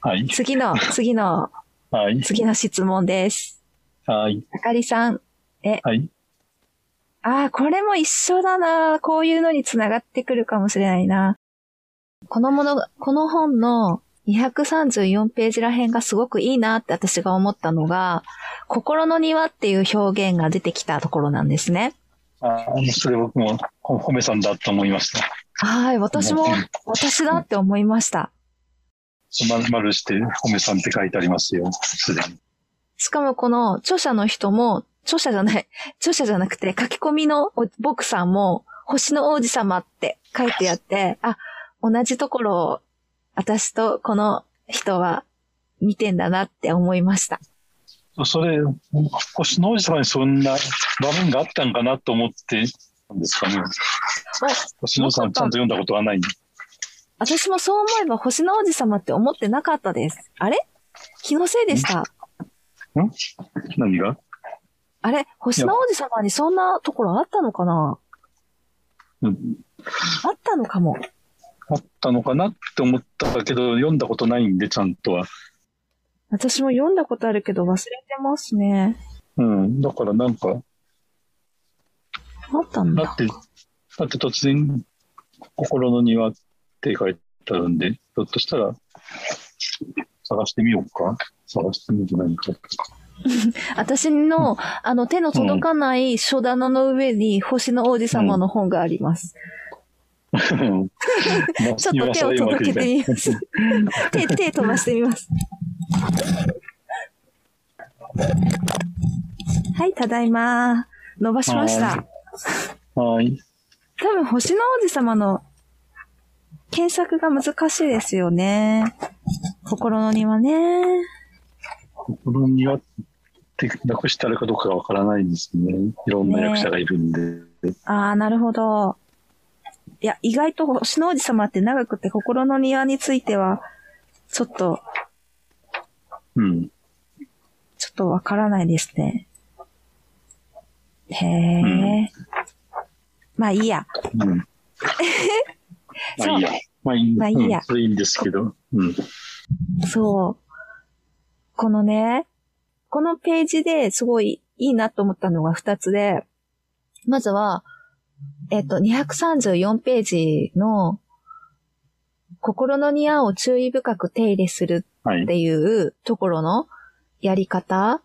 はい。 次のはい。 質問です。 はい。 あかりさん。 はい。 これも一緒だな。こういうのにつながってくるかもしれないな。この本の234ページら辺がすごくいいなって私が思ったのが、心の庭っていう表現が出てきたところなんですね。 それ僕も褒めさんだと思いました。 はい、私だって思いました。 丸して褒めさんって書いてありますよ、すでに。 しかもこの著者の人も、著者じゃなくて書き込みの僕さんも、星の王子様って書いてあって、同じところを私とこの人は見てんだなって思いました。 それ、星の王子様にそんな場面があったんかなと思ってたんですかね。星の王子様ちゃんと読んだことはない。 私もそう思えば星の王子様って思ってなかったです。あれ？気のせいでした。 何が？ あれ？星の王子様にそんなところあったのかな？あったのかも。 あったのかなって思ったけど、読んだことないんで、ちゃんとは。 私も読んだことあるけど忘れてますね。 だからなんか。 あったんだ。 だって突然、心の庭って書いてあるんで、ひょっとしたら、探してみようか。探してみて何か。 私の、手の届かない書棚の上に星の王子様の本があります。ちょっと手を届けてみます。手飛ばしてみます。はい、ただいま。伸ばしました。 はい。 多分、星の王子様の検索が難しいですよね。心の庭ね。 心の庭って訳してあるかどうかがわからないんですね。いろんな役者がいるんで。 なるほど。いや、意外と星の王子様って長くて心の庭については、ちょっとわからないですね。へえ。まあいいや。 まあいいや。それいいんですけど。 そう。このページですごいいいなと思ったのが2つで、まずは、234ページの心の庭を注意深く手入れするっていうところのやり方、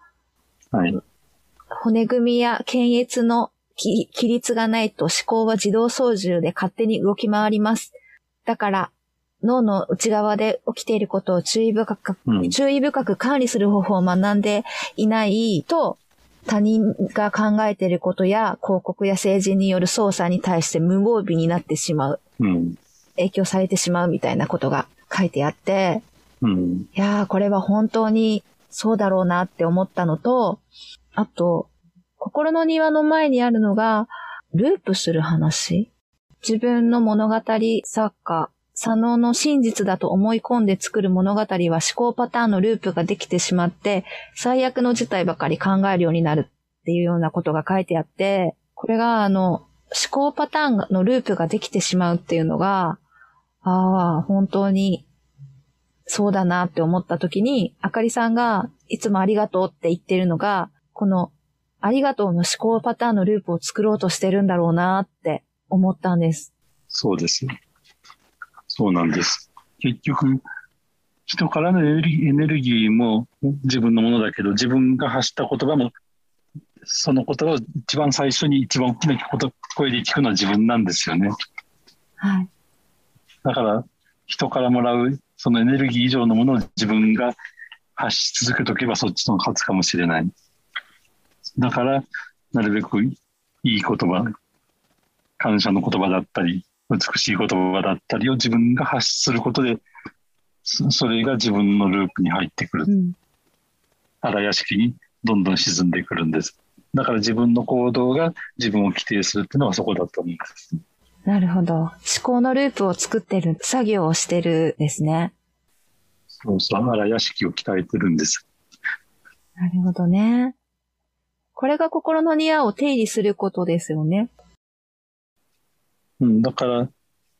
骨組みや検閲の規律がないと思考は自動操縦で勝手に動き回ります。だから脳の内側で起きていることを注意深く管理する方法を学んでいないと、他人が考えていることや広告や政治による操作に対して無防備になってしまう。影響されてしまうみたいなことが書いてあって、いやー、これは本当にそうだろうなって思ったのと、あと、心の庭の前にあるのが、ループする話。自分の物語作家、左脳の真実だと思い込んで作る物語は思考パターンのループができてしまって、最悪の事態ばかり考えるようになるっていうようなことが書いてあって、これが思考パターンのループができてしまうっていうのが、本当にそうだなって思った時に、あかりさんがいつもありがとうって言ってるのが、このありがとうの思考パターンのループを作ろうとしてるんだろうなって思ったんです。 そうですね。そうなんです。結局、人からのエネルギーも自分のものだけど、自分が発した言葉も、その言葉を一番最初に一番大きな声で聞くのは自分なんですよね。 はい。 だから、人からもらうそのエネルギー以上のものを自分が発し続けとけばそっちの勝つかもしれない。だから、なるべくいい言葉、感謝の言葉だったり、美しい言葉だったりを自分が発することで、それが自分のループに入ってくる。荒屋敷にどんどん沈んでくるんです。だから自分の行動が自分を規定するっていうのはそこだと思います。 なるほど。思考のループを作ってる、作業をしてるですね。 そうそう、荒屋敷を鍛えてるんです。 なるほどね。これが心の庭を定義することですよね。 だから、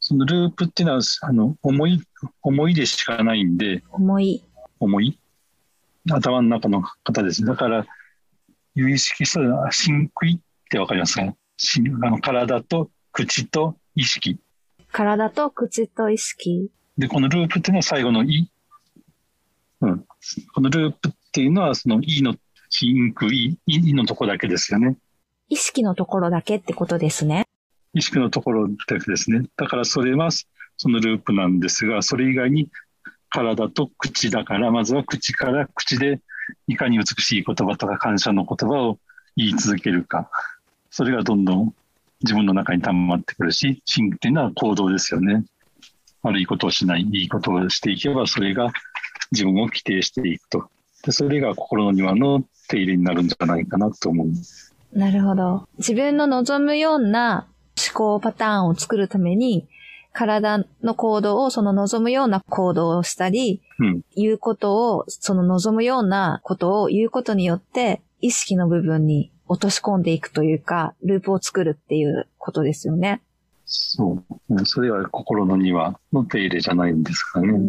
そのループっていうのは、思いでしかないんで、思い頭の中の方です。だから、有意識したら、真空ってわかりますか？体と口と意識。 体と口と意識。 で、このループっていうのは最後の意。このループっていうのは、その意の真空、意のところだけですよね。 意識のところだけってことですね。 意識のところだけですね。だからそれはそのループなんですが、それ以外に体と口だから、まずは口から口でいかに美しい言葉とか感謝の言葉を言い続けるか。それがどんどん自分の中に溜まってくるし、心っていうのは行動ですよね。悪いことをしない、いいことをしていけば、それが自分を規定していくと。で、それが心の庭の手入れになるんじゃないかなと思う。 なるほど。自分の望むような思考パターンを作るために、体の行動をその望むような行動をしたり、言うことを、その望むようなことを言うことによって、意識の部分に落とし込んでいくというか、ループを作るっていうことですよね。 そう。それは心の庭の手入れじゃないんですかね。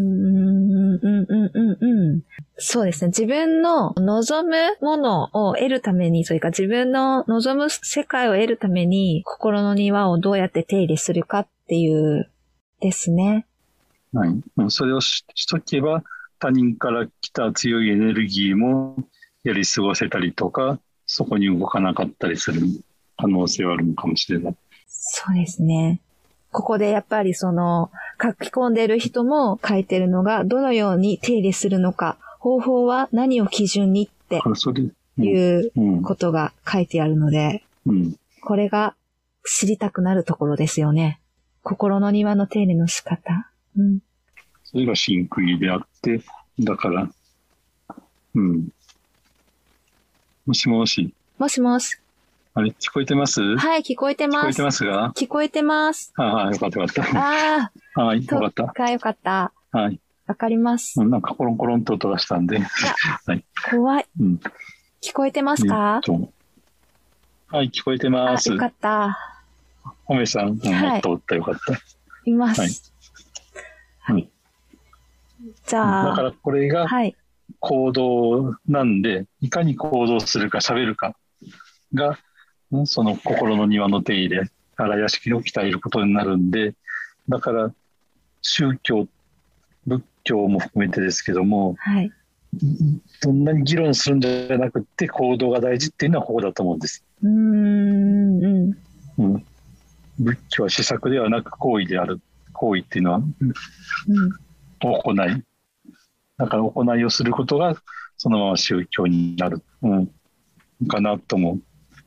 そうですね。自分の望むものを得るために、それから自分の望む世界を得るために、心の庭をどうやって手入れするかっていうですね。 はい。それをしとけば、他人から来た強いエネルギーもやり過ごせたりとか、そこに動かなかったりする可能性はあるのかもしれない。 そうですね。ここでやっぱりその書き込んでる人も書いてるのがどのように手入れするのか、方法は何を基準にっていうことが書いてあるので、これが知りたくなるところですよね。心の庭の手入れの仕方。 それが真空であって、だから、もしもし。 もしもし。 あれ、聞こえてます？ はい、聞こえてます。 聞こえてますが？ 聞こえてます。 ああ、よかったよかった。 ああ、はい、よかった。 よかった。 はい。 わかります。 なんかコロンコロンと音がしたんで。 はい。怖い。聞こえてますか？ はい、聞こえてます。 よかった。 おめさん、もっとおったよかった。 います。 はい。じゃあ。だからこれが行動なんで、いかに行動するか喋るかが、その心の庭の手入れ、荒屋敷を鍛えることになるんで、だから宗教、仏教も含めてですけども、どんなに議論するんじゃなくて行動が大事っていうのはここだと思うんです。仏教は施策ではなく行為である。行為っていうのは、行い。だから行いをすることがそのまま宗教になる、かなと思う。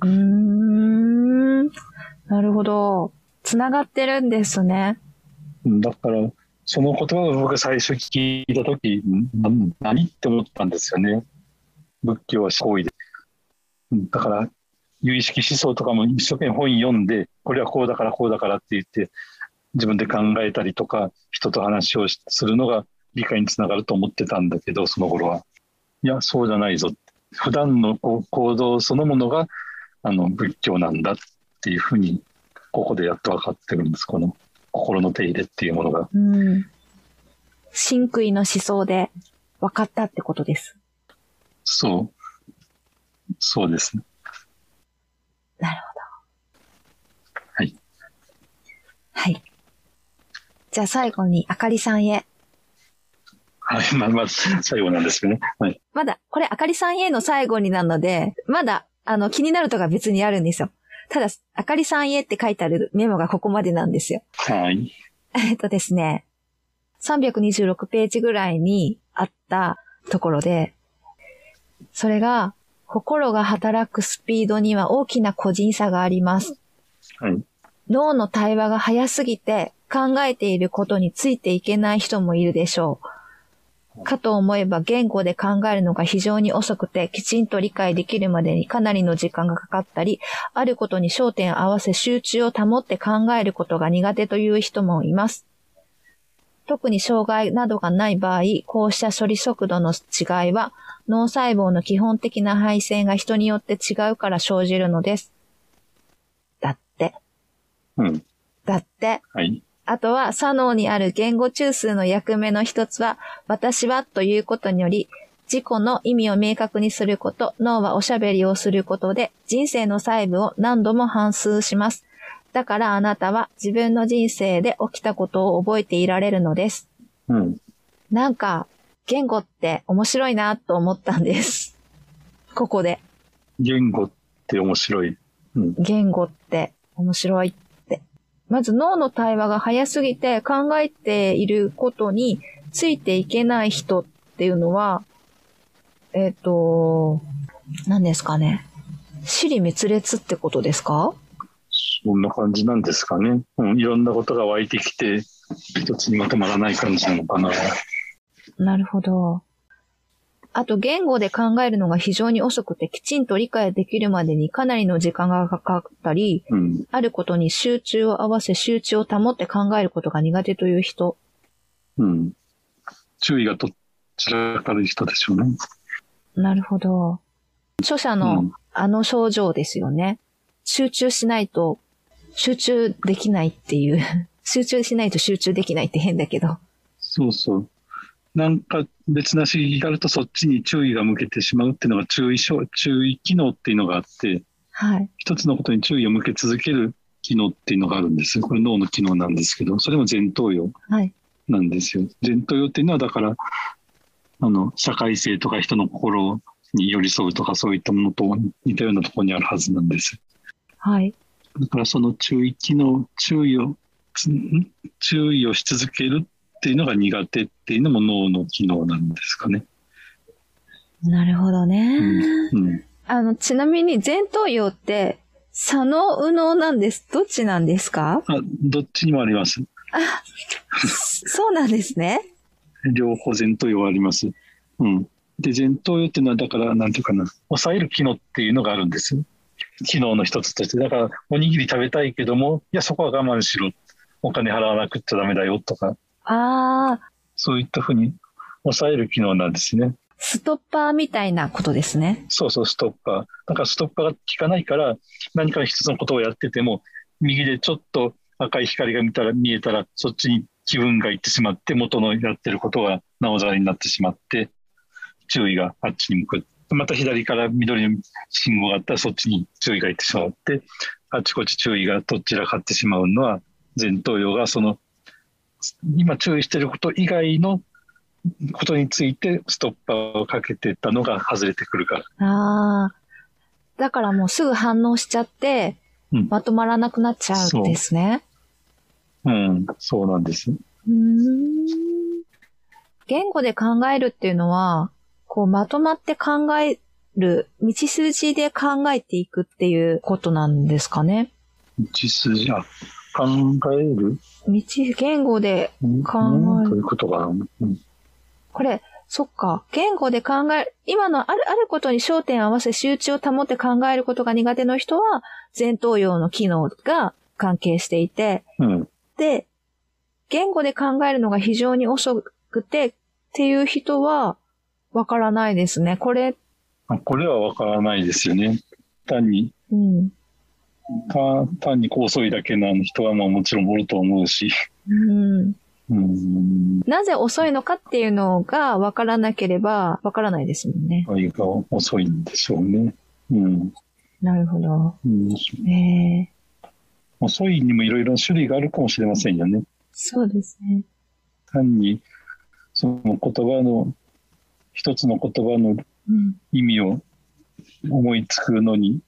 なるほど。つながってるんですね。 だからその言葉を僕が最初聞いたとき、何って思ったんですよね。仏教は行為で。だから有意識思想とかも一生懸命本読んで、これはこうだからこうだからって言って自分で考えたりとか人と話をするのが理解につながると思ってたんだけど、その頃は。いや、そうじゃないぞ。普段の行動そのものが仏教なんだっていうふうにここでやっと分かってるんです。この心の手入れっていうものが。 真空の思想で分かったってことです。 そうですね。 なるほど。 はい。 はい。じゃあ最後にあかりさんへ。 はい、まず最後なんですけどね。はい。 まだ、これあかりさんへの最後になるので、まだ気になるとか別にあるんですよ。ただ、あかりさんへって書いてあるメモがここまでなんですよ。 はい。 ですね、326ページぐらいにあったところで、それが、心が働くスピードには大きな個人差があります。 はい。 脳の対話が早すぎて考えていることについていけない人もいるでしょう。かと思えば言語で考えるのが非常に遅くてきちんと理解できるまでにかなりの時間がかかったり、あることに焦点を合わせ集中を保って考えることが苦手という人もいます。特に障害などがない場合、こうした処理速度の違いは脳細胞の基本的な配線が人によって違うから生じるのです。だって。 だって。 はい。 あとは、左脳にある言語中枢の役目の一つは、私はということにより、自己の意味を明確にすること、脳はおしゃべりをすることで、人生の細部を何度も反芻します。だからあなたは自分の人生で起きたことを覚えていられるのです。 うん。 なんか、言語って面白いなと思ったんです。ここで。 言語って面白い。うん、 言語って面白いって。まず脳の対話が早すぎて考えていることについていけない人っていうのは、何ですかね。支離滅裂ってことですか？ そんな感じなんですかね。うん、いろんなことが湧いてきて、一つにまとまらない感じなのかな。 なるほど。あと、言語で考えるのが非常に遅くて、きちんと理解できるまでにかなりの時間がかかったり、 うん、 あることに集中を合わせ、集中を保って考えることが苦手という人。 うん。注意がと散らかる人でしょうね。 なるほど。著者のあの症状ですよね。集中しないと集中できないっていう。集中しないと集中できないって変だけど。 そうそう。なんか別な刺激があるとそっちに注意が向けてしまうっていうのが注意機能っていうのがあって、 はい。 一つのことに注意を向け続ける機能っていうのがあるんです。これ脳の機能なんですけど、それも前頭葉なんですよ。はい、前頭葉っていうのはだから、社会性とか人の心に寄り添うとかそういったものと似たようなところにあるはずなんです。 はい。 だからその注意機能、注意をし続けるっていうのが苦手っていうのも脳の機能なんですかね。 なるほどね。 うんうん、 ちなみに前頭葉って左脳右脳なんです。どっちなんですか？ どっちにもあります。 そうなんですね。 両方前頭葉あります。うん。で、前頭葉っていうのはだからなんていうかな、抑える機能っていうのがあるんです。機能の一つとして。だからおにぎり食べたいけども、いやそこは我慢しろ。お金払わなくちゃダメだよとか。そういったふうに抑える機能なんですね。 ストッパーみたいなことですね。 そうそう、ストッパー。だからストッパーが効かないから、何か一つのことをやってても、右でちょっと赤い光が見えたら、そっちに気分がいってしまって、元のやってることがなおざりになってしまって、注意があっちに向く。また左から緑の信号があったら、そっちに注意がいってしまって、あちこち注意がどちらかってしまうのは、前頭葉が今注意していること以外のことについてストッパーをかけてたのが外れてくるから。 だからもうすぐ反応しちゃって、まとまらなくなっちゃうんですね。 そうなんです。 言語で考えるっていうのは、こうまとまって考える、道筋で考えていくっていうことなんですかね。 道筋、考える？ 言語で考える。 ということが、 これ、そっか。言語で考える。今のあることに焦点を合わせ集中を保って考えることが苦手な人は、前頭葉の機能が関係していて、で、言語で考えるのが非常に遅くてっていう人は、わからないですね。これはわからないですよね。単に遅いだけな人はもちろんおると思うし。 なぜ遅いのかっていうのが分からなければ分からないですもんね。 遅いんでしょうね。 なるほど。 遅いにもいろいろな種類があるかもしれませんよね。 そうですね。 単にその言葉の一つの言葉の意味を思いつくのに、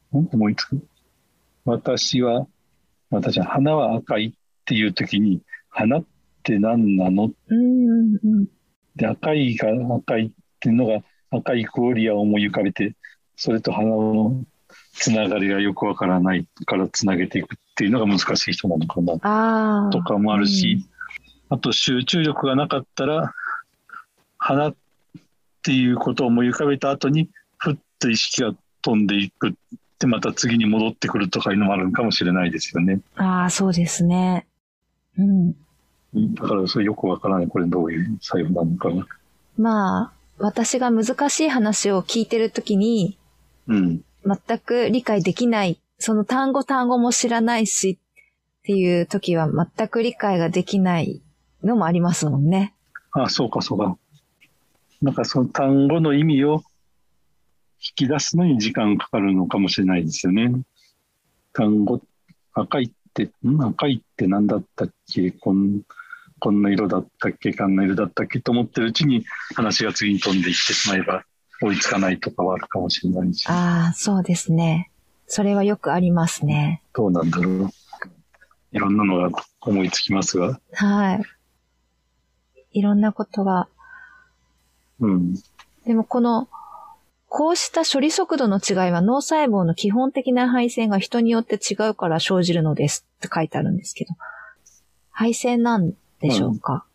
私は花は赤いっていう時に花って何なの、で赤いっていうのが赤いクオリアを思い浮かべて、それと花のつながりがよくわからないからつなげていくっていうのが難しい人なのかなとかもあるし、あと集中力がなかったら花っていうことを思い浮かべた後にふっと意識が飛んでいくってまた次に戻ってくるとかいうのもあるかもしれないですよね。 そうですね。 だからそれよくわからない。これどういう作用なのかな。 私が難しい話を聞いてるときに、全く理解できない、その単語も知らないし、 っていう時は全く理解ができないのもありますもんね。 ああ、そうかそうか。なんかその単語の意味を引き出すのに時間かかるのかもしれないですよね。単語、赤いって何だったっけ、こんな色だったっけ、こんな色だったっけと思ってるうちに話が次に飛んでいってしまえば追いつかないとかはあるかもしれないし。 ああ、そうですね。それはよくありますね。 どうなんだろう。いろんなのが思いつきますが。 はい。いろんなことが。 うん。 でもこうした処理速度の違いは脳細胞の基本的な配線が人によって違うから生じるのですって書いてあるんですけど。配線なんでしょうか？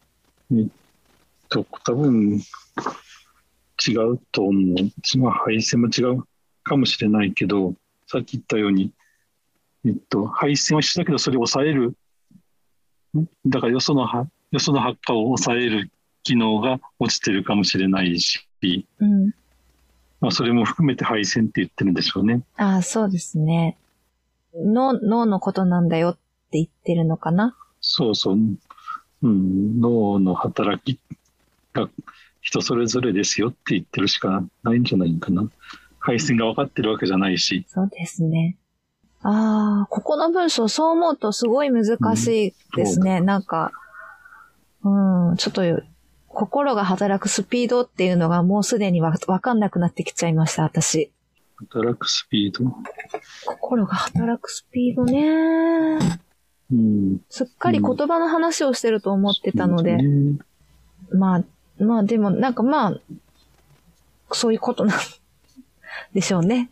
多分違うと思う。まあ、配線も違うかもしれないけど、さっき言ったように、配線は一緒だけどそれを抑える。だからよその発火を抑える機能が落ちてるかもしれないし、 うん。 まあ、それも含めて配線って言ってるんでしょうね。 ああ、そうですね。脳のことなんだよって言ってるのかな？ そうそう。うん、脳の働きが人それぞれですよって言ってるしかないんじゃないかな。配線が分かってるわけじゃないし。 そうですね。ああ、ここの文章そう思うとすごい難しいですね。なんか、ちょっと心が働くスピードっていうのがもうすでにわかんなくなってきちゃいました、私。 働くスピード。 心が働くスピードね。 うん、 すっかり言葉の話をしてると思ってたので。まあでもなんかそういうことなんでしょうね。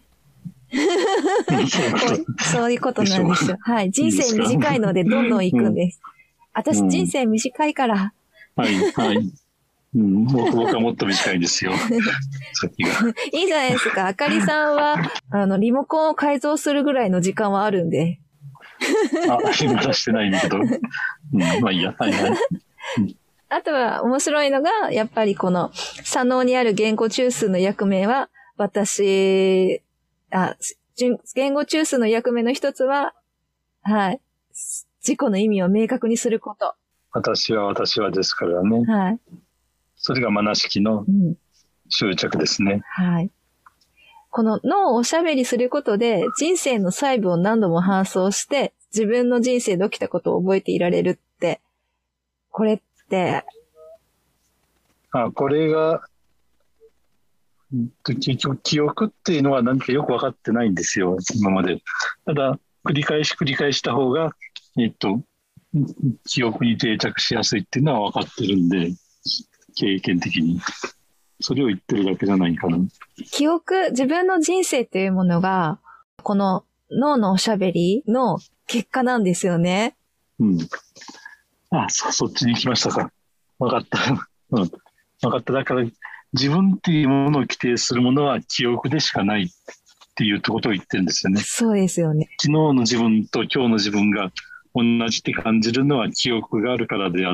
そういうことなんですよ。はい。人生短いのでどんどん行くんです。私人生短いから。 はいはい。僕はもっと短いですよ。先が。 いいじゃないですか。あかりさんはリモコンを改造するぐらいの時間はあるんで。 今出してないんだけど。まあいいや。はいはい。 あとは面白いのが、やっぱりこの左脳にある言語中枢の役目は、言語中枢の役目の一つは、はい。自己の意味を明確にすること。 私はですからね。 はい。 それがマナ式の執着ですね。 はい。この脳をおしゃべりすることで、人生の細部を何度も搬送して、自分の人生で起きたことを覚えていられるって、これって、 これが、結局記憶っていうのは何かよく分かってないんですよ、今まで。ただ、繰り返した方が、記憶に定着しやすいっていうのは分かってるんで、経験的に。それを言ってるだけじゃないかな。 自分の人生というものが、この脳のおしゃべりの結果なんですよね。 そっちに行きましたか。分かった。分かった。だから、自分っていうものを規定するものは記憶でしかないっていうことを言ってるんですよね。 そうですよね。 昨日の自分と今日の自分が同じって感じるのは記憶があるからであって、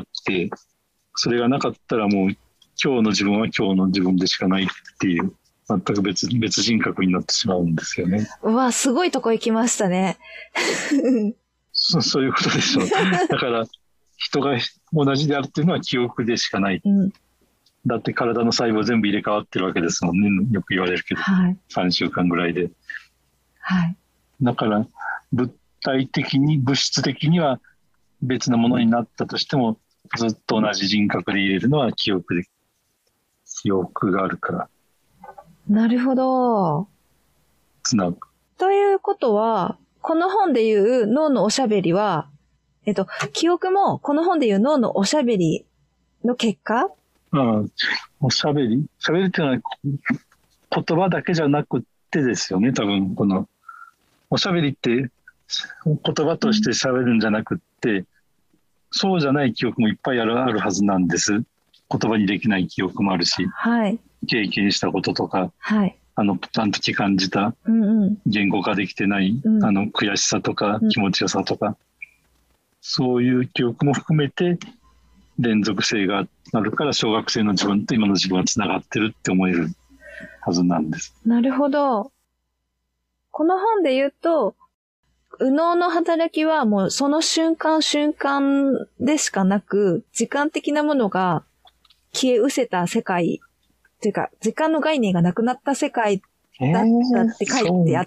それがなかったらもう今日の自分は今日の自分でしかないっていう、全く別人格になってしまうんですよね。 うわ、すごいとこ行きましたね。 そういうことでしょう。だから人が同じであるっていうのは記憶でしかない。だって体の細胞全部入れ替わってるわけですもんね。よく言われるけど、3週間ぐらいで。だから物質的には別のものになったとしても、ずっと同じ人格で入れるのは記憶があるから。 なるほど。 つなぐ。 ということは、この本でいう脳のおしゃべりは、記憶もこの本でいう脳のおしゃべりの結果？ おしゃべりっていうのは言葉だけじゃなくてですよね、多分。このおしゃべりって言葉として喋るんじゃなくって、そうじゃない記憶もいっぱいあるはずなんです。言葉にできない記憶もあるし、経験したこととか、あの時感じた言語化できてない、悔しさとか気持ちよさとか、そういう記憶も含めて連続性があるから、小学生の自分と今の自分はつながってるって思えるはずなんです。 なるほど。この本で言うと、 右脳の働きはもうその瞬間瞬間でしかなく、時間的なものが消え失せた世界、というか、時間の概念がなくなった世界だったって書いてあって、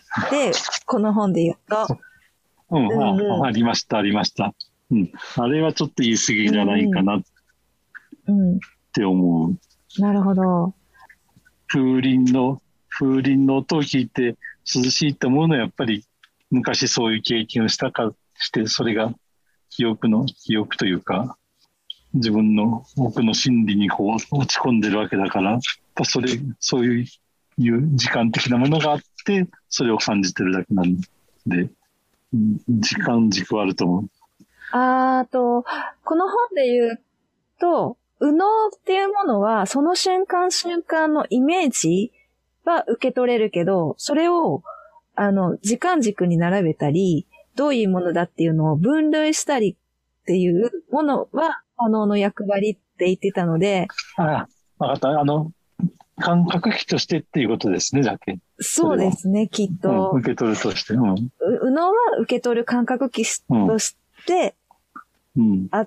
この本で言うと。 ありました、ありました。あれはちょっと言い過ぎじゃないかなって思う。 なるほど。 風鈴の音を聞いて涼しいと思うのはやっぱり昔そういう経験をしたかして、それが記憶というか、自分の奥の心理にこう落ち込んでるわけだから、そういう時間的なものがあって、それを感じてるだけなんで、時間軸はあると思う。 この本で言うと、右脳っていうものは、その瞬間瞬間のイメージは受け取れるけど、それを、時間軸に並べたり、どういうものだっていうのを分類したりっていうものは、左脳の役割って言ってたので。 わかった。感覚器としてっていうことですね、だけ。 そうですね、きっと。 受け取るとして。 右脳は受け取る感覚器としてあって、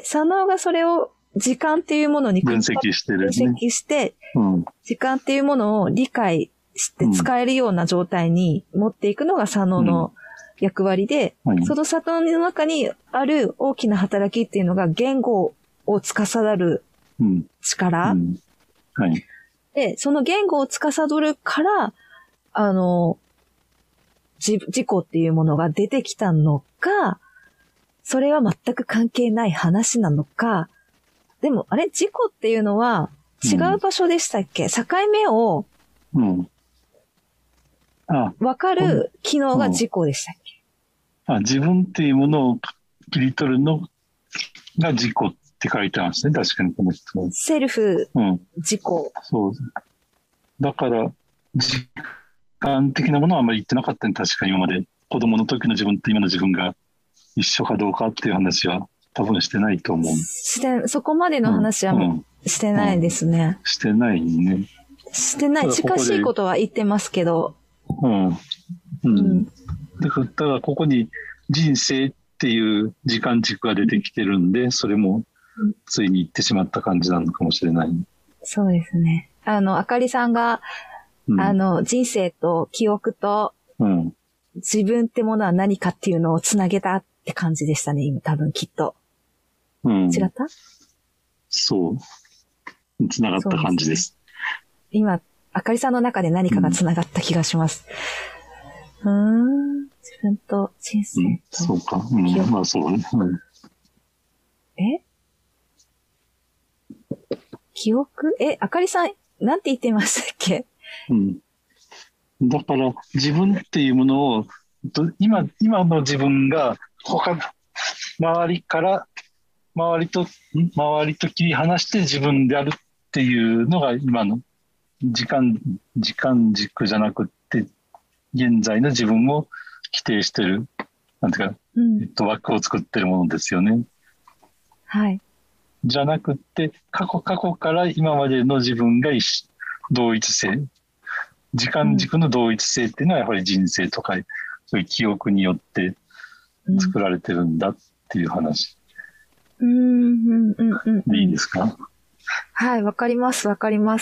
左脳がそれを時間っていうものに分析してる、ね。 分析して、時間っていうものを理解して使えるような状態に持っていくのが左脳の役割で、その左脳の中にある大きな働きっていうのが言語を司る力。で、その言語を司るから、自己っていうものが出てきたのか、それは全く関係ない話なのか、でも、自己っていうのは違う場所でしたっけ？境目を分かる機能が自己でしたっけ？ 自分っていうものを切り取るのが自己って書いてあるんですね。確かにこの人は。 セルフ、自己。 そう。だから、時間的なものはあんまり言ってなかったね。確かに今まで。子供の時の自分と今の自分が一緒かどうかっていう話は多分してないと思う。 そこまでの話はしてないですね。 してないね。 してない。近しいことは言ってますけど。 だからここに人生っていう時間軸が出てきてるんで、それもついに言ってしまった感じなのかもしれない。 そうですね。あかりさんが、人生と記憶と、自分ってものは何かっていうのをつなげたって感じでしたね、今多分きっと。違った？ そう。つながった感じです。 今、あかりさんの中で何かがつながった気がします。自分と人生と。 そうか。まあそうね。 記憶？あかりさん、なんて言ってましたっけ？ だから、自分っていうものを、今の自分が周りと切り離して自分であるっていうのが今の時間軸じゃなくって、現在の自分を規定してる、なんていうか、枠を作ってるものですよね。 はい。 じゃなくって、過去から今までの自分が同一性。時間軸の同一性っていうのはやはり人生とか、そういう記憶によって作られてるんだっていう話。でいいですか？ はい、わかります。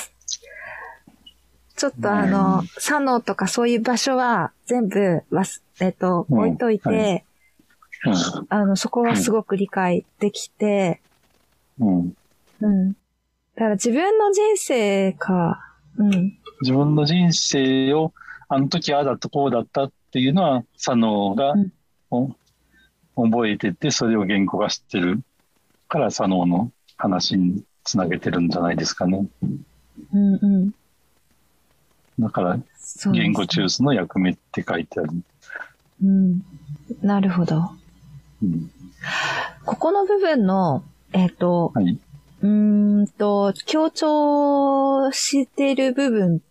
ちょっと左脳とかそういう場所は全部置いといて、そこはすごく理解できて、だから自分の人生か、 自分の人生をあの時ああだったこうだったっていうのは左脳が、覚えてて、それを言語化してるから左脳の話につなげてるんじゃないですかね。だから言語中枢の役目って書いてある。 なるほど。ここの部分の強調している部分って、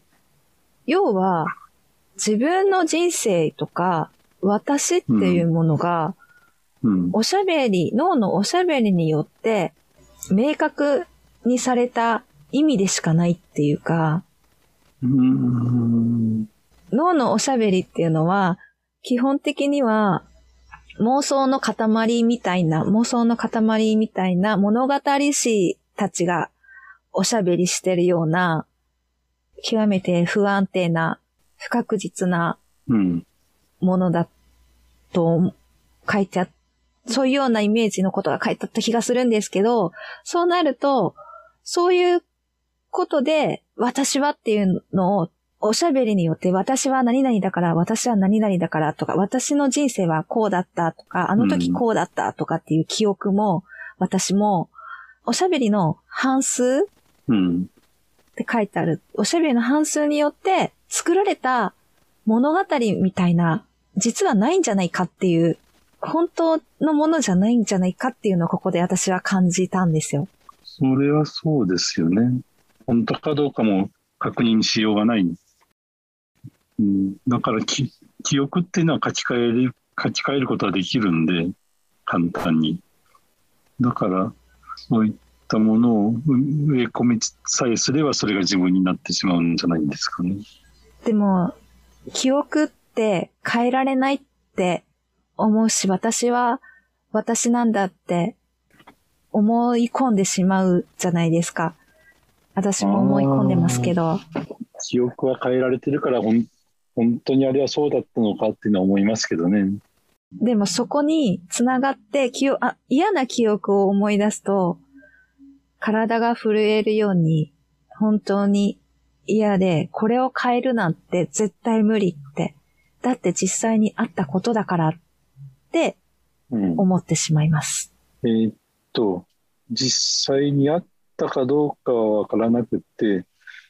要は自分の人生とか私っていうものが、おしゃべり、脳のおしゃべりによって明確にされた意味でしかないっていうか、脳のおしゃべりっていうのは基本的には妄想の塊みたいな物語師たちがおしゃべりしてるような、極めて不安定な、不確実なものだと書いてあって、そういうようなイメージのことが書いてあった気がするんですけど、そうなると、そういうことで、私はっていうのを、おしゃべりによって、私は何々だから、私は何々だからとか、私の人生はこうだったとか、あの時こうだったとかっていう記憶も、私も、おしゃべりの半数って書いてある。おしゃべりの半数によって作られた物語みたいな、実はないんじゃないかっていう、本当のものじゃないんじゃないかっていうのをここで私は感じたんですよ。 それはそうですよね。本当かどうかも確認しようがない。だから記憶っていうのは書き換えることはできるんで、簡単に。だからそういったものを植え込みさえすればそれが自分になってしまうんじゃないんですかね。 でも記憶って変えられないって思うし、私は私なんだって思い込んでしまうじゃないですか。私も思い込んでますけど。 記憶は変えられてるから本当にあれはそうだったのかっていうのは思いますけどね。 でもそこにつながって嫌な記憶を思い出すと体が震えるように本当に嫌で、これを変えるなんて絶対無理って、だって実際にあったことだからって思ってしまいます。 実際にあったかどうかはわからなくて、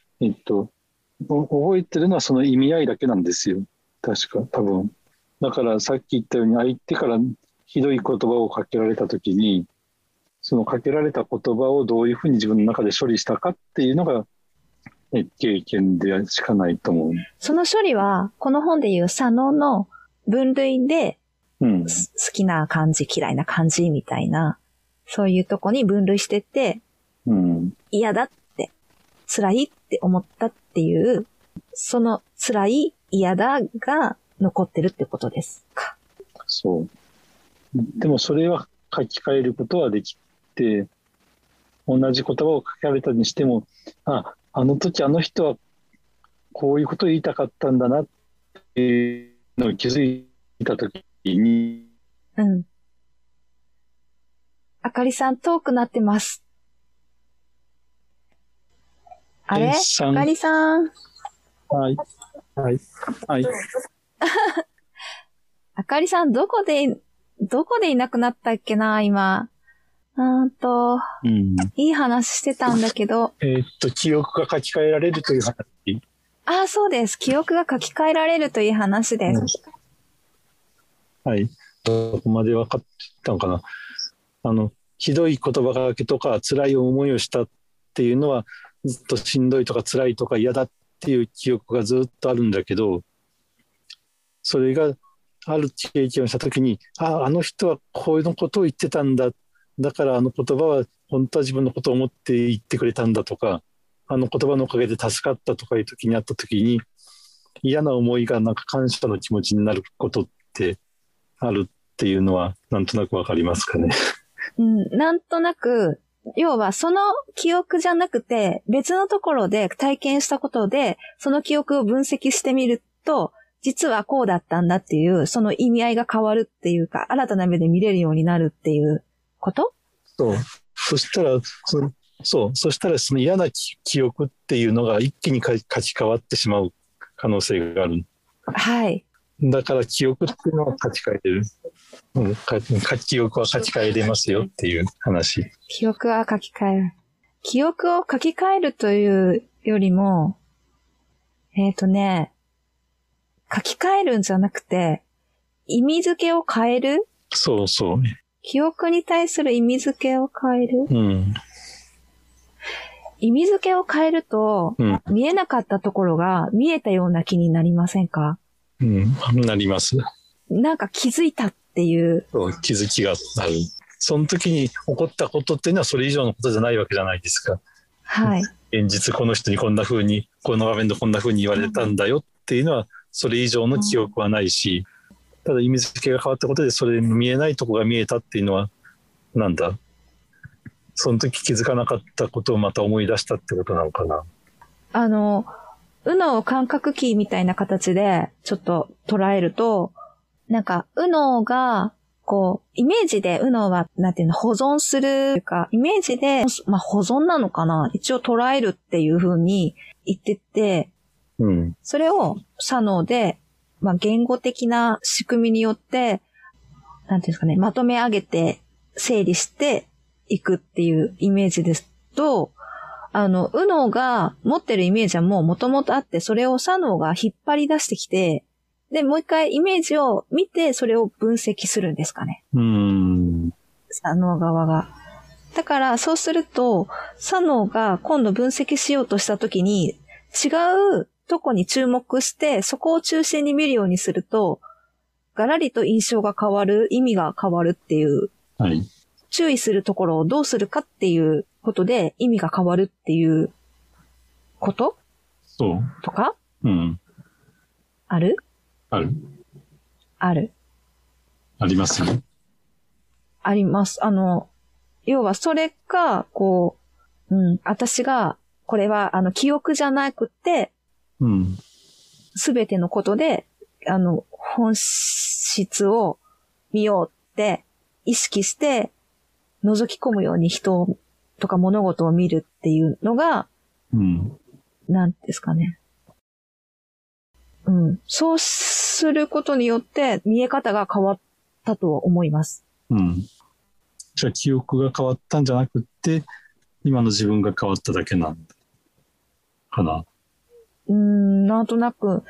覚えてるのはその意味合いだけなんですよ。確か、多分。だからさっき言ったように相手からひどい言葉をかけられたときに、そのかけられた言葉をどういうふうに自分の中で処理したかっていうのが経験でしかないと思う。 その処理はこの本でいう左脳の分類で、好きな感じ嫌いな感じみたいな、そういうとこに分類してって、嫌だって辛いって思ったっていう、その辛い嫌だが残ってるってことですか。 そう。でもそれは書き換えることはできて、同じ言葉を書かれたにしても、あの時あの人はこういうことを言いたかったんだなっていうのを気づいた時に、 あかりさん遠くなってます。あれ？あかりさん。 はい。 あかりさんどこでいなくなったっけな今。いい話してたんだけど。 記憶が書き換えられるという話。 そうです。記憶が書き換えられるという話です。 はい。どこまで分かったのかな。ひどい言葉がけとか辛い思いをしたっていうのはずっとしんどいとか辛いとか嫌だっていう記憶がずっとあるんだけど、それがある経験をしたときに、あの人はこういうことを言ってたんだ。だからあの言葉は本当は自分のことを思って言ってくれたんだとか、あの言葉のおかげで助かったとかいう時にあった時に、嫌な思いがなんか感謝の気持ちになることってあるっていうのはなんとなくわかりますかね。 なんとなく、要はその記憶じゃなくて別のところで体験したことでその記憶を分析してみると、実はこうだったんだっていうその意味合いが変わるっていうか、新たな目で見れるようになるっていうこと？ そう。そしたらその嫌な記憶っていうのが一気に書き換わってしまう可能性がある。 はい。 だから記憶っていうのは書き換えれる。記憶は書き換えれますよっていう話。 記憶は書き換える。記憶を書き換えるというよりも、書き換えるんじゃなくて、意味付けを変える？ そうそう。 記憶に対する意味付けを変える？意味付けを変えると、見えなかったところが見えたような気になりませんか？ なります。 なんか気づいたっていう。 気づきがある。その時に起こったことっていうのはそれ以上のことじゃないわけじゃないですか。 はい。 現実この人にこんな風に、この場面でこんな風に言われたんだよっていうのは、それ以上の記憶はないし、 ただ意味付けが変わったことでそれ見えないとこが見えたっていうのはなんだ、その時気づかなかったことをまた思い出したってことなのかな。 右脳感覚器みたいな形でちょっと捉えると、なんか右脳がこうイメージで右脳はなんていうの保存するというか、イメージでまあ保存なのかな、一応捉えるっていう風に言ってて、うん、それを左脳でまあ言語的な仕組みによってなんていうんですかね、まとめ上げて整理していくっていうイメージですと、右脳が持ってるイメージはもう元々あって、それを左脳が引っ張り出してきて、で、もう一回イメージを見て、それを分析するんですかね。左脳側が。だから、そうすると、左脳が今度分析しようとしたときに、違うとこに注目して、そこを中心に見るようにすると、ガラリと印象が変わる、意味が変わるっていう、はい、注意するところをどうするかっていうことで意味が変わるっていうことそうとか、うん、あるあるあるありますね。あります。要はそれが、こう、うん、私が、これは、記憶じゃなくて、うん。すべてのことで、本質を見ようって意識して、覗き込むように人とか物事を見るっていうのが、うん。なんですかね。うん。そうすることによって見え方が変わったと思います。うん。じゃあ記憶が変わったんじゃなくって、今の自分が変わっただけなんだ。かな。なんとなく、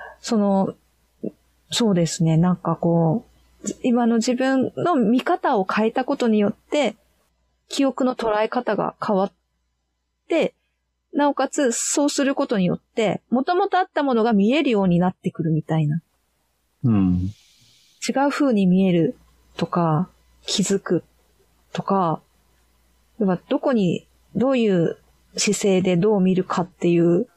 そうですね。なんかこう、今の自分の見方を変えたことによって、記憶の捉え方が変わって、なおかつそうすることによって、元々あったものが見えるようになってくるみたいな。うん。違う風に見えるとか、気づくとか、どこに、どういう姿勢でどう見るかっていう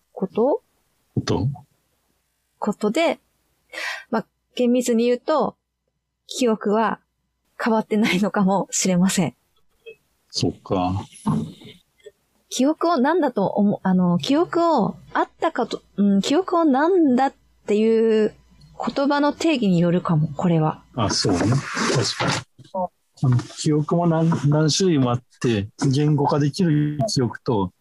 ことで、まあ、厳密に言うと、記憶は変わってないのかもしれません。そっか。記憶を何だと思う、記憶をあったかと、記憶を何だっていう言葉の定義によるかも、これは。あ、そうね。確かに。記憶も何種類もあって、言語化できる記憶と、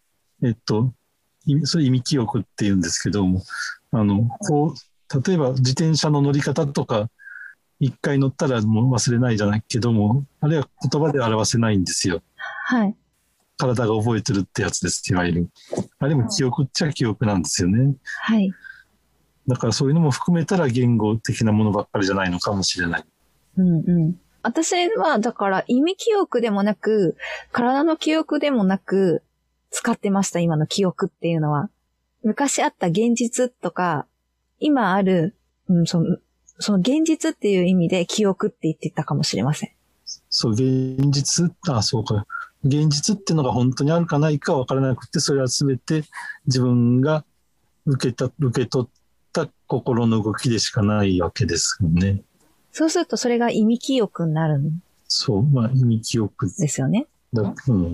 それ意味記憶って言うんですけども、こう、例えば自転車の乗り方とか、一回乗ったらもう忘れないじゃないけども、あれは言葉で表せないんですよ。はい。体が覚えてるってやつです、いわゆる。あれも記憶っちゃ記憶なんですよね。はい。だからそういうのも含めたら言語的なものばっかりじゃないのかもしれない。うんうん。私はだから意味記憶でもなく、体の記憶でもなく、使ってました、今の記憶っていうのは。昔あった現実とか、今ある、その現実っていう意味で記憶って言ってたかもしれません。そう、現実、そうか。現実っていうのが本当にあるかないか分からなくて、それは全て自分が受け取った心の動きでしかないわけですよね。そうするとそれが意味記憶になるの？そう、まあ意味記憶。ですよね。うん。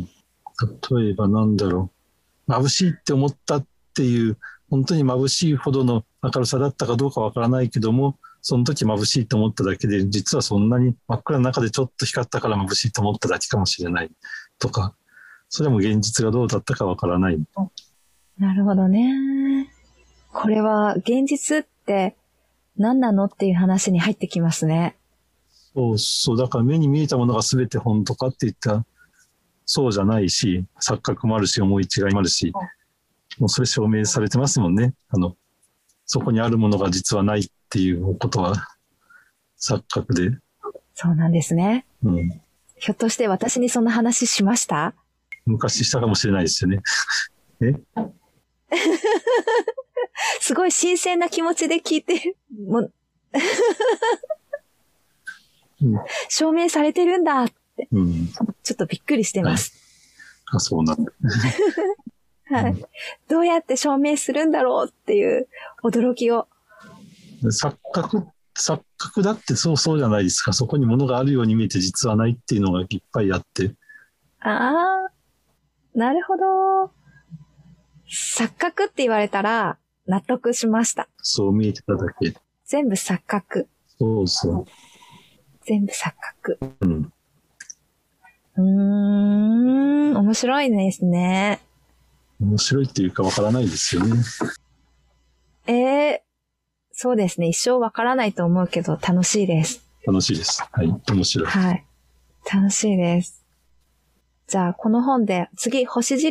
例えばなんだろう。眩しいって思ったっていう、本当に眩しいほどの明るさだったかどうか分からないけども、その時眩しいと思っただけで、実はそんなに真っ暗な中でちょっと光ったから眩しいと思っただけかもしれないとか、それも現実がどうだったかわからない。なるほどね。これは現実って何なのっていう話に入ってきますね。そうそう。だから目に見えたものが全て本当かって言ったらそうじゃないし、錯覚もあるし、思い違いもあるし、もうそれ証明されてますもんね。そこにあるものが実はないっていうことは錯覚で。そうなんですね。うん。ひょっとして私にその話しました？昔したかもしれないですよね。すごい新鮮な気持ちで聞いてる。証明されてるんだって、ちょっとびっくりしてます。はい、あ、そうなんだ。はい。どうやって証明するんだろうっていう驚きを。錯覚っ錯覚だってそうじゃないですか。そこに物があるように見えて実はないっていうのがいっぱいあって。 ああ、なるほど。錯覚って言われたら納得しました。 そう見えてただけ。 全部錯覚。 そうそう。 全部錯覚。 うん。 面白いですね。 面白いっていうかわからないですよね。 そうですね。一生わからないと思うけど楽しいです。 楽しいです。はい。面白い。 はい。楽しいです。じゃあ、この本で次、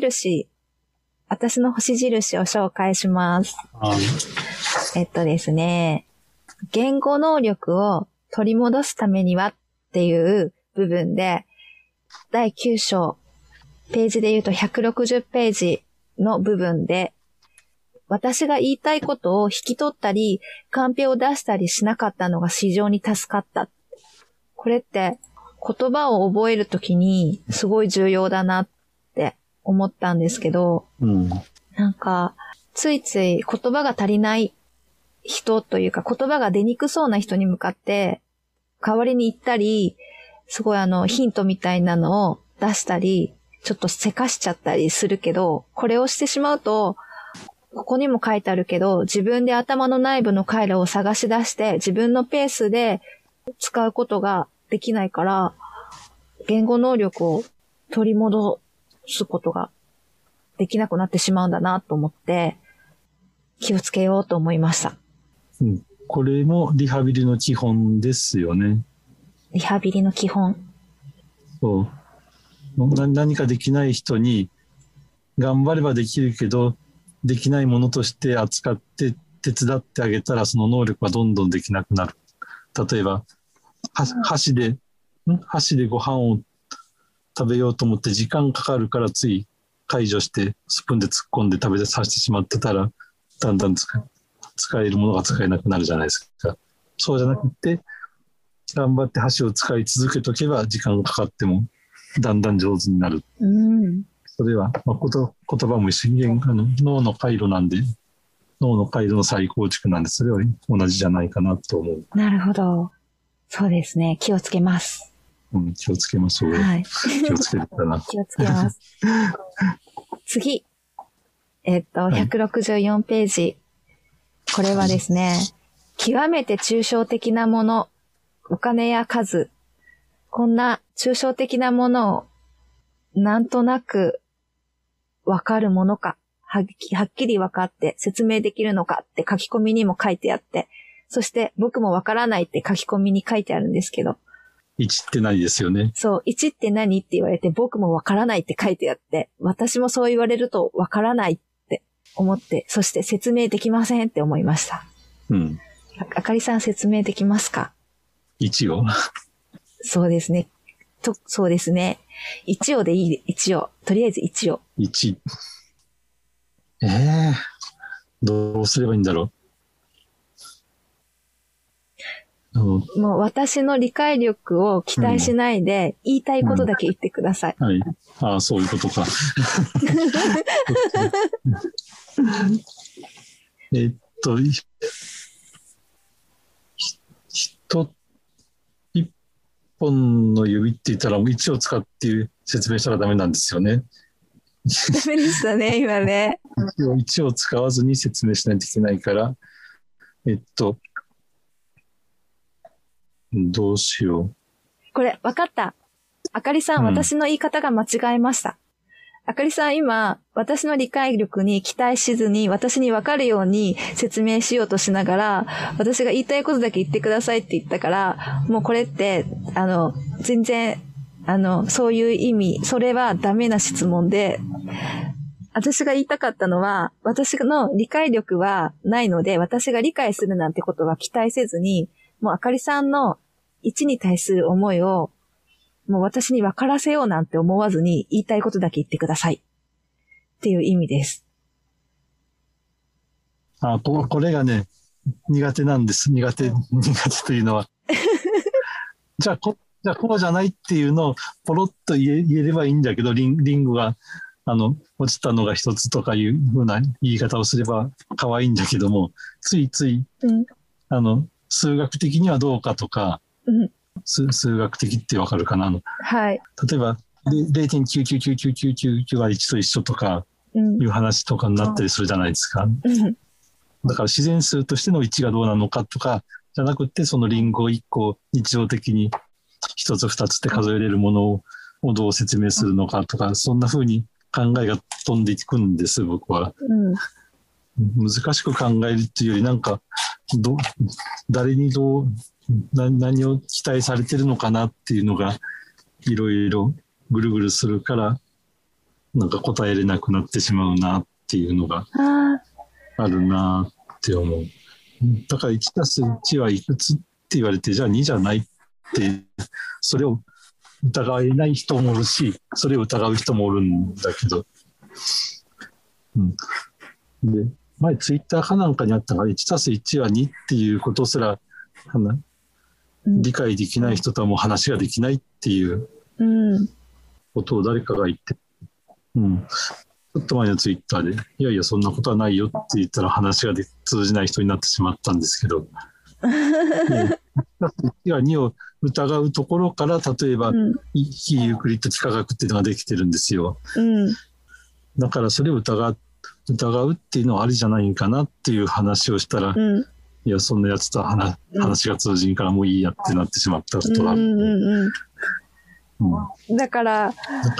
私の星印を紹介します。ですね、言語能力を取り戻すためにはっていう部分で、第9章、ページで言うと160ページの部分で、私が言いたいことを引き取ったり、カンペを出したりしなかったのが非常に助かった。これって言葉を覚えるときにすごい重要だなって思ったんですけど、なんかついつい言葉が足りない人というか言葉が出にくそうな人に向かって代わりに言ったり、すごいヒントみたいなのを出したり、ちょっとせかしちゃったりするけど、これをしてしまうと、ここにも書いてあるけど、自分で頭の内部の回路を探し出して自分のペースで使うことができないから、言語能力を取り戻すことができなくなってしまうんだなと思って気をつけようと思いました。 これもリハビリの基本ですよね。 リハビリの基本。 そう。何かできない人に頑張ればできるけど、できないものとして扱って手伝ってあげたら、その能力はどんどんできなくなる。例えば、箸でご飯を食べようと思って時間かかるからつい解除してスプーンで突っ込んで食べさせてしまってたら、だんだん使えるものが使えなくなるじゃないですか。そうじゃなくて、頑張って箸を使い続けとけば時間かかってもだんだん上手になる。それは、言葉も一緒に脳の回路なんで、脳の回路の再構築なんで、それは同じじゃないかなと思う。 なるほど。そうですね。気をつけます。 気をつけましょう。はい。気をつけるかな。 気をつけます。次。164ページ。これはですね、極めて抽象的なもの、お金や数、こんな抽象的なものをなんとなくわかるものか、はっきりわかって説明できるのかって書き込みにも書いてあって、そして僕もわからないって書き込みに書いてあるんですけど。 1って何ですよね。 そう、1って何って言われて僕もわからないって書いてあって、私もそう言われるとわからないって思って、そして説明できませんって思いました。あかりさん説明できますか ？1をそうですね。そうですね。1をでいい、1を。とりあえず1を。 1。どうすればいいんだろう。 もう私の理解力を期待しないで、言いたいことだけ言ってください。 はい。ああ、そういうことか。一本の指って言ったら1を使って説明したらダメなんですよね。 ダメでしたね、今ね。 1を使わずに説明しないといけないから、どうしよう。 これ、わかった。あかりさん、私の言い方が間違えました。あかりさん、今、私の理解力に期待しずに、私にわかるように説明しようとしながら、私が言いたいことだけ言ってくださいって言ったから、もうこれって、全然、そういう意味、それはダメな質問で、私が言いたかったのは、私の理解力はないので、私が理解するなんてことは期待せずに、もうあかりさんの1に対する思いを、もう私に分からせようなんて思わずに言いたいことだけ言ってください。っていう意味です。 これがね、苦手なんです。苦手というのは。じゃあこうじゃないっていうのをポロッと言えればいいんだけど、リンゴが、落ちたのが一つとかいうふうな言い方をすれば可愛いんだけども、ついつい、 数学的にはどうかとか、数学的ってわかるかな、 はい。 例えば0.9999999が1と一緒とかいう話とかになったりするじゃないですか。だから自然数としての1がどうなのかとかじゃなくて、そのリンゴ1個日常的に1つ2つって数えれるものをどう説明するのかとか、そんな風に考えが飛んでいくんです、僕は。難しく考えるっていうより、なんか誰に何を期待されてるのかなっていうのがいろいろぐるぐるするから、なんか答えれなくなってしまうなっていうのがあるなって思う。だから1たす1はいくつって言われて、じゃあ2じゃないって、それを疑えない人もおるし、それを疑う人もおるんだけど。で、前ツイッターかなんかにあったのが、1たす1は2っていうことすら理解できない人とはもう話ができないっていうことを誰かが言って、ちょっと前のツイッターで、いやいやそんなことはないよって言ったら話が通じない人になってしまったんですけど、1が2を疑うところから、例えば、非ユークリッド幾何学っていうのができてるんですよ。だからそれを疑うっていうのはありじゃないかなっていう話をしたら、いやそんなやつと話が通じんからもういいやってなってしまったことがある。 だから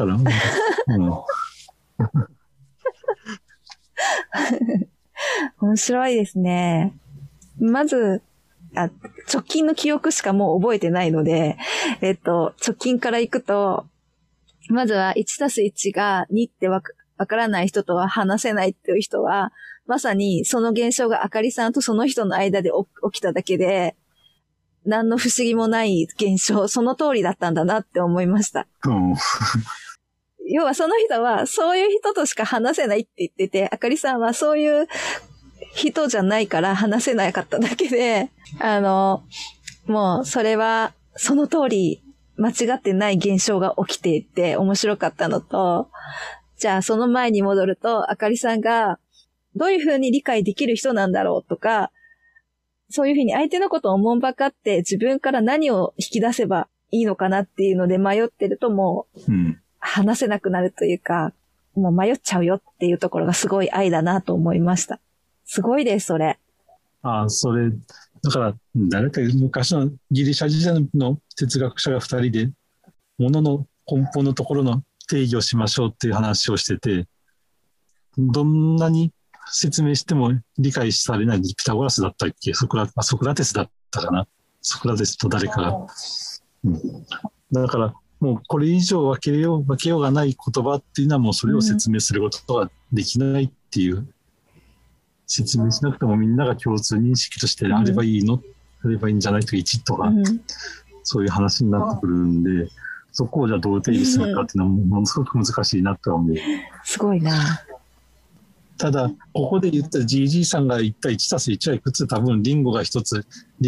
面白いですね。まず直近の記憶しかもう覚えてないので、直近からいくと、まずは1たす1が2ってわからない人とは話せないっていう人は、まさにその現象があかりさんとその人の間で起きただけで、何の不思議もない現象、その通りだったんだなって思いました。要はその人はそういう人としか話せないって言ってて、あかりさんはそういう人じゃないから話せなかっただけで、もうそれはその通り間違ってない現象が起きていて面白かったのと、じゃあその前に戻ると、あかりさんがどういうふうに理解できる人なんだろうとか、そういうふうに相手のことをおもんばかって自分から何を引き出せばいいのかなっていうので迷ってるともう話せなくなるというか、もう迷っちゃうよっていうところがすごい愛だなと思いました。すごいです、それ。 それ、だから誰か昔のギリシャ時代の哲学者が2人で物の根本のところの定義をしましょうっていう話をしてて、どんなに説明しても理解されないピタゴラスだったっけ、ソクラテスだったかな、ソクラテスと誰かが、だからもうこれ以上分けようがない言葉っていうのはもうそれを説明することができないっていう、説明しなくてもみんなが共通認識としてあればいいの、あればいいんじゃないとか1とか、そういう話になってくるんで、そこをじゃあどう定義するかっていうのはものすごく難しいなとは思う。 すごいな。 ただここで言った GG さんが言った1たす1はいくつ、多分リンゴが1つ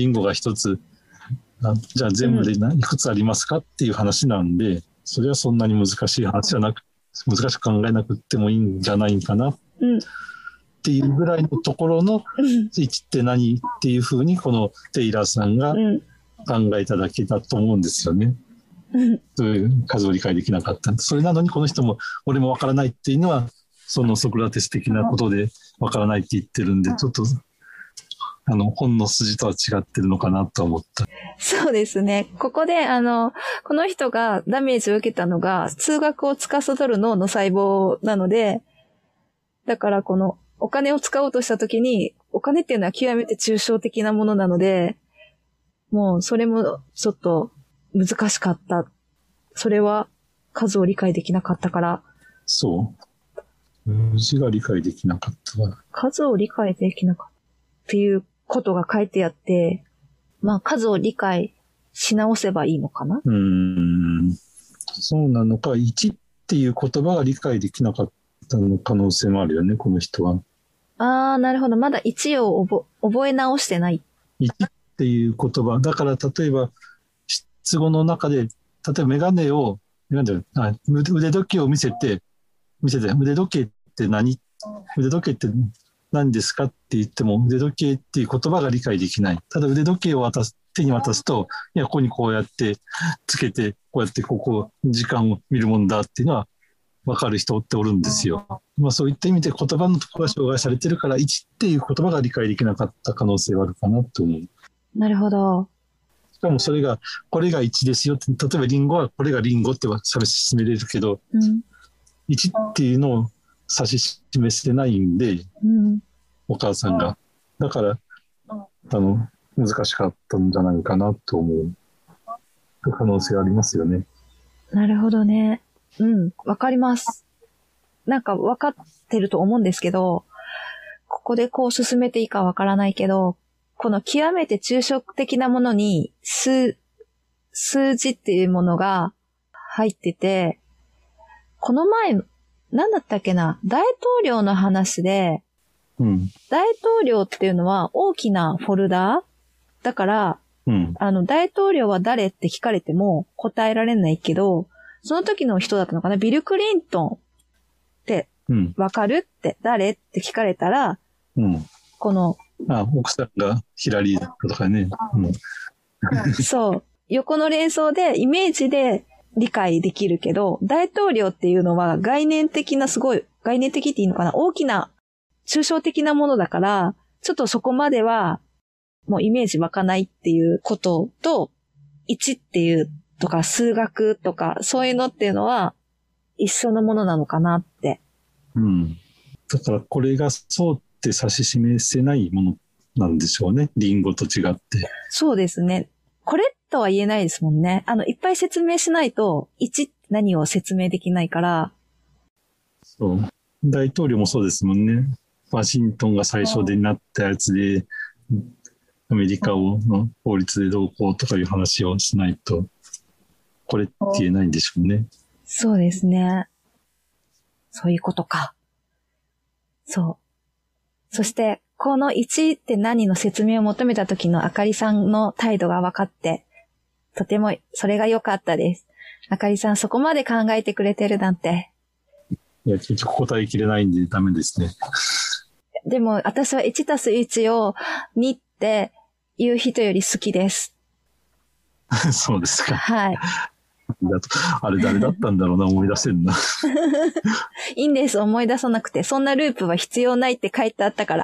じゃあ全部でいくつありますかっていう話なんで、それはそんなに難しい話じゃなく、難しく考えなくてもいいんじゃないかなっていうぐらいのところの1って何っていうふうにこのテイラーさんが考えただけだと思うんですよね。そういう数を理解できなかった。それなのにこの人も俺もわからないっていうのはそのソクラテス的なことでわからないって言ってるんで、ちょっと本の筋とは違ってるのかなと思った。 そうですね。ここでこの人がダメージを受けたのが数学を司る脳の細胞なので、だからこのお金を使おうとしたときに、お金っていうのは極めて抽象的なものなので、もうそれもちょっと難しかった。それは数を理解できなかったから。 そう。字が理解できなかったわ。 数を理解できなかったっていうことが書いてあって、まあ数を理解し直せばいいのかな？ そうなのか、1っていう言葉が理解できなかったの可能性もあるよね、この人は。 なるほど。まだ1を覚え直してない。 1っていう言葉。だから例えば、失語の中で、例えば腕時計を見せて、腕時計って何？腕時計って何ですかって言っても腕時計っていう言葉が理解できない。ただ腕時計を手に渡すと、いや、ここにこうやってつけて、こうやってここ時間を見るもんだっていうのは分かる人っておるんですよ。まあそういった意味で言葉のところが障害されてるから、1っていう言葉が理解できなかった可能性はあるかなと思う。 なるほど。 しかもそれが、これが1ですよって、例えばリンゴはこれがリンゴって差し示れるけど、1っていうのを指し示してないんで、お母さんが。だから、難しかったんじゃないかなと思う。可能性ありますよね。 なるほどね。わかります。なんかわかってると思うんですけど、ここでこう進めていいかわからないけど、この極めて抽象的なものに数字っていうものが入ってて、この前、なんだったっけな、大統領の話で、大統領っていうのは大きなフォルダだから、大統領は誰って聞かれても答えられないけど、その時の人だったのかな、ビル・クリントンってわかるって、誰って聞かれたら、この、 奥さんがヒラリーだったとかね。 そう。横の連想で、イメージで理解できるけど、大統領っていうのは概念的な概念的っていいのかな、大きな、抽象的なものだから、ちょっとそこまでは、もうイメージ湧かないっていうことと、1っていうとか数学とか、そういうのっていうのは、一緒のものなのかなって。 だからこれがそうって指し示せないものなんでしょうね。リンゴと違って。 そうですね。これとは言えないですもんね。いっぱい説明しないと、1って何を説明できないから。 そう。大統領もそうですもんね。ワシントンが最初でなったやつで、アメリカの法律でどうこうとかいう話をしないと、これって言えないんでしょうね。 そうですね。そういうことか。そう。そして、この1って何の説明を求めた時のあかりさんの態度が分かって、とてもそれが良かったです。あかりさんそこまで考えてくれてるなんて。 いや、結局答えきれないんでダメですね。 でも私は 1+1 を2って言う人より好きです。 そうですか。 はい。 あれ誰だったんだろうな、思い出せんな。 いいんです、思い出さなくて。そんなループは必要ないって書いてあったから。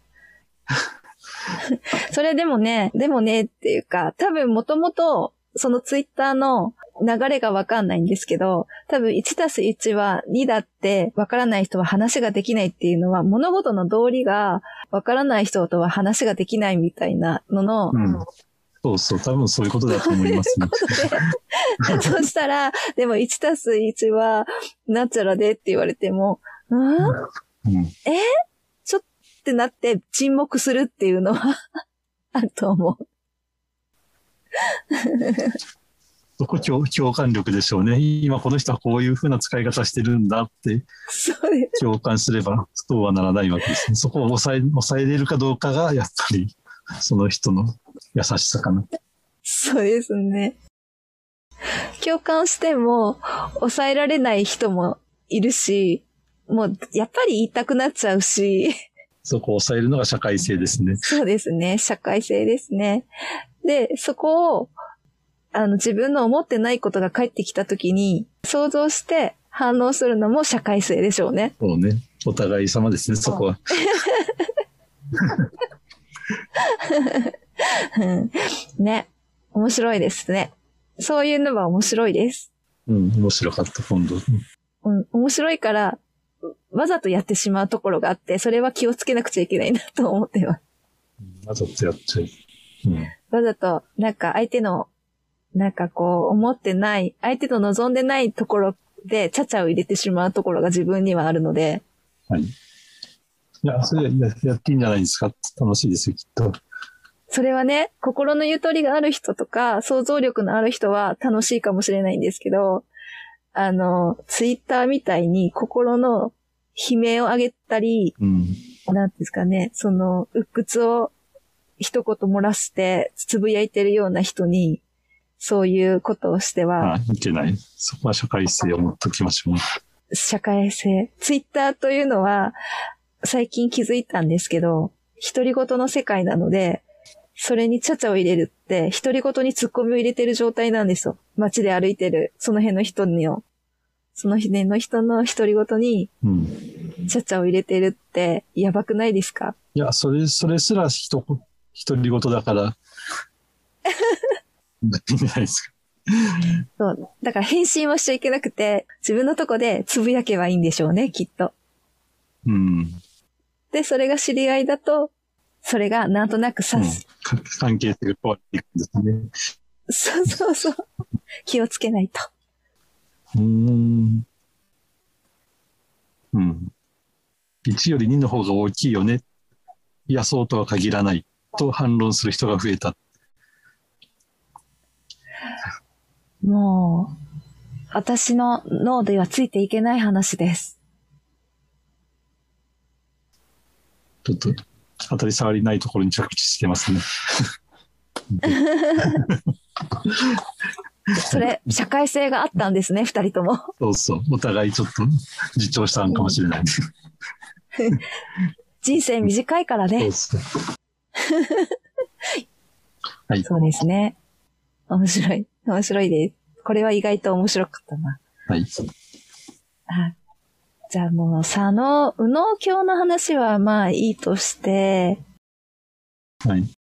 それでもねっていうか、多分もともとそのツイッターの流れがわかんないんですけど、多分 1+1 は2だってわからない人は話ができないっていうのは、物事の道理がわからない人とは話ができないみたいなのの、 そうそう、多分そういうことだと思いますね。 そしたら、でも 1+1 はナチュラでって言われても、ちょっとってなって沈黙するっていうのはあると思う。 そこ共感力でしょうね。今この人はこういう風な使い方してるんだって共感すればそうはならないわけですね。そこを抑えれるかどうかがやっぱりその人の優しさかな。 そうですね。共感しても抑えられない人もいるし、もうやっぱり言いたくなっちゃうし。 そこを抑えるのが社会性ですね。 そうですね。社会性ですね。で、そこを自分の思ってないことが返ってきたときに想像して反応するのも社会性でしょうね。 そうね。お互い様ですね、そこは。 ね。面白いですね。そういうのは面白いです。 面白かった、今度。 面白いから、わざとやってしまうところがあって、それは気をつけなくちゃいけないなと思ってます。 わざとやっちゃう。 わざと、なんか相手の、なんかこう、思ってない、相手と望んでないところで、ちゃちゃを入れてしまうところが自分にはあるので。 はい。いや、それやっていいんじゃないですか。楽しいですよ、きっと。 それはね、心のゆとりがある人とか、想像力のある人は楽しいかもしれないんですけど、ツイッターみたいに心の悲鳴を上げたり、なんですかね、その、鬱屈を一言漏らしてつぶやいてるような人に、そういうことをしては。 いけない。そこは社会性を持っときましょう。 社会性。ツイッターというのは、 最近気づいたんですけど、独り言の世界なので、それにちゃちゃを入れるって、独り言にツッコミを入れてる状態なんですよ。街で歩いてる、その辺の人の独り言に、ちゃちゃを入れてるって、やばくないですか？ いや、それすら独り言だから、いいんじゃないですか。 そう。だから返信はしちゃいけなくて、自分のとこでつぶやけばいいんでしょうね、きっと。で、それが知り合いだと、それがなんとなく関係性が変わっていくんですね。 そう。気をつけないと。 1より2の方が大きいよね。いや、そうとは限らないと反論する人が増えた。 もう、私の脳ではついていけない話です。 ちょっと当たり障りないところに着地してますね。 それ、社会性があったんですね、二人とも。 そう。お互いちょっと自重したのかもしれない。 人生短いからね。 そうはい。 そうですね。面白いです。これは意外と面白かったな。 はい。 じゃあもう、右脳教の話はまあいいとして、 はい。